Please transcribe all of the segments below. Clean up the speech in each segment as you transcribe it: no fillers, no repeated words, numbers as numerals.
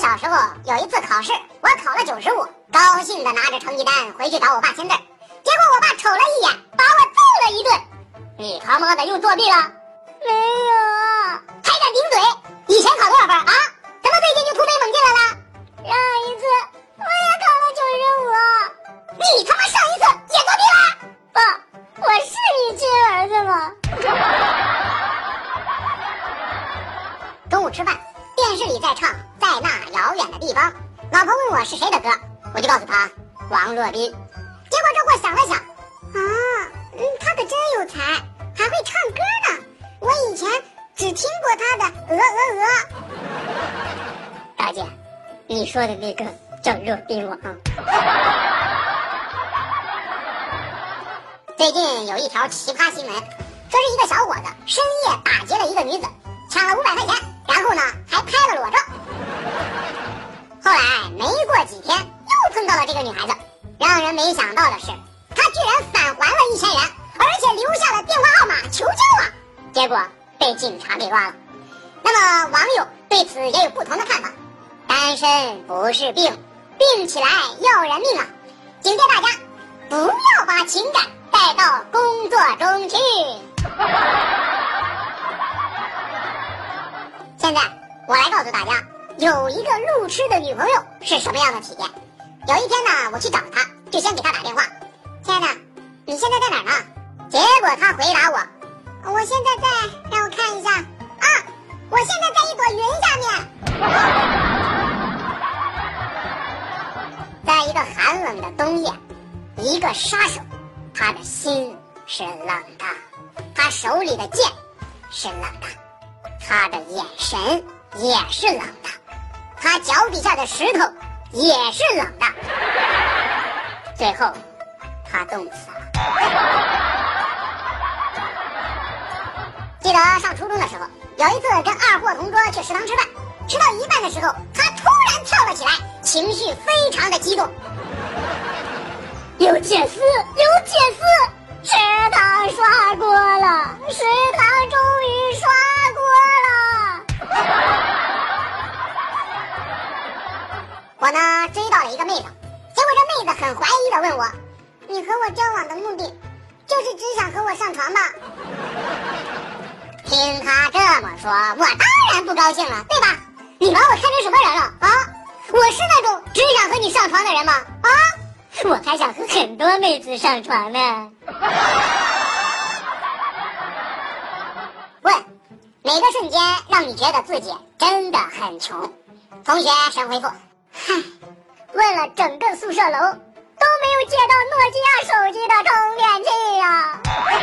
小时候有一次考试，我考了95，高兴的拿着成绩单回去找我爸签字，结果我爸瞅了一眼，把我揍了一顿。你他妈的又作弊了？ 没有， 还敢顶嘴？以前考多少分啊？怎么最近就突飞猛进来了？ 上一次我也考了95。 你他妈上一次也作弊了？ 爸，我是你亲儿子吗？ 中午吃饭，电视里在唱《在那遥远的地方》，老婆问我是谁的歌，我就告诉她王洛宾。结果这货想了想，他可真有才，还会唱歌呢。我以前只听过他的大姐，你说的那个叫骆宾王。 最近有一条奇葩新闻，说是一个小伙子深夜打劫了一个女子，抢了500块钱，然后呢还拍了裸照。后来没过几天又碰到了这个女孩子，让人没想到的是，她居然返还了1000元，而且留下了电话号码求救啊！结果被警察给抓了。那么网友对此也有不同的看法。单身不是病，病起来要人命啊！警戒大家不要把情感带到工作中去。现在我来告诉大家，有一个路痴的女朋友是什么样的体验。有一天呢，我去找她，就先给她打电话，亲爱的，你现在在哪儿呢？结果她回答我现在在，让我看一下啊，我现在在一朵云下面。在一个寒冷的冬夜，一个杀手，他的心是冷的，他手里的剑是冷的，他的眼神也是冷的，他脚底下的石头也是冷的，最后他冻死了。记得上初中的时候，有一次跟二货同桌去食堂吃饭，吃到一半的时候，他突然跳了起来，情绪非常的激动。 有铁丝，有铁丝，食堂刷锅了，食堂终于刷锅了。 我呢追到了一个妹子，结果这妹子很怀疑的问我，你和我交往的目的就是只想和我上床吧？听她这么说，我当然不高兴了，对吧？你把我看成什么人了啊？我是那种只想和你上床的人吗？啊？ 我还想和很多妹子上床呢。 问，哪个瞬间让你觉得自己真的很穷？同学神回复，嗨，问了整个宿舍楼都没有借到诺基亚手机的充电器呀。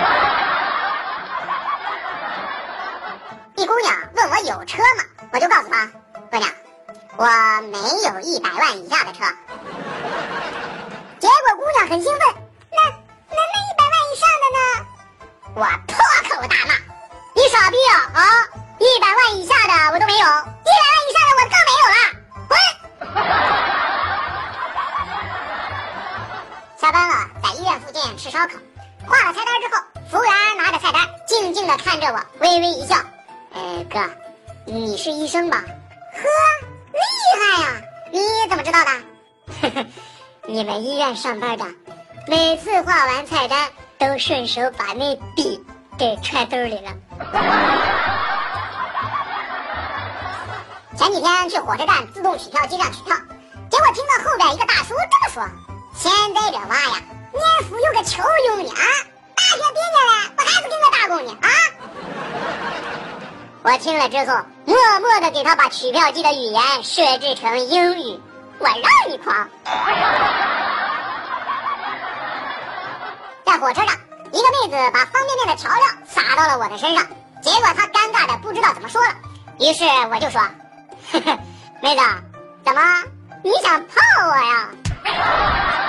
一姑娘问我有车吗？我就告诉她，姑娘，我没有100万以下的车。结果姑娘很兴奋，那100万以上的呢？我破口大骂，你傻逼啊！100万以下的我都没有，100万以上的我更没有了，滚！下班了，在医院附近吃烧烤，画了菜单之后，服务员拿着菜单静静地看着我，微微一笑，哥，你是医生吧？呵，厉害呀！你怎么知道的？ 你们医院上班的，每次画完菜单都顺手把那笔给揣兜里了。 前几天去火车站自动取票机上取票，结果听到后边一个大叔这么说，现在这娃呀，年复有个球用呢啊，大学毕业了，我还是跟个打工呢啊！我听了之后，默默地给他把取票机的语言设置成英语，我让你狂。在火车上，一个妹子把方便面的调料撒到了我的身上，结果她尴尬的不知道怎么说了，于是我就说，呵呵，妹子，怎么你想泡我呀？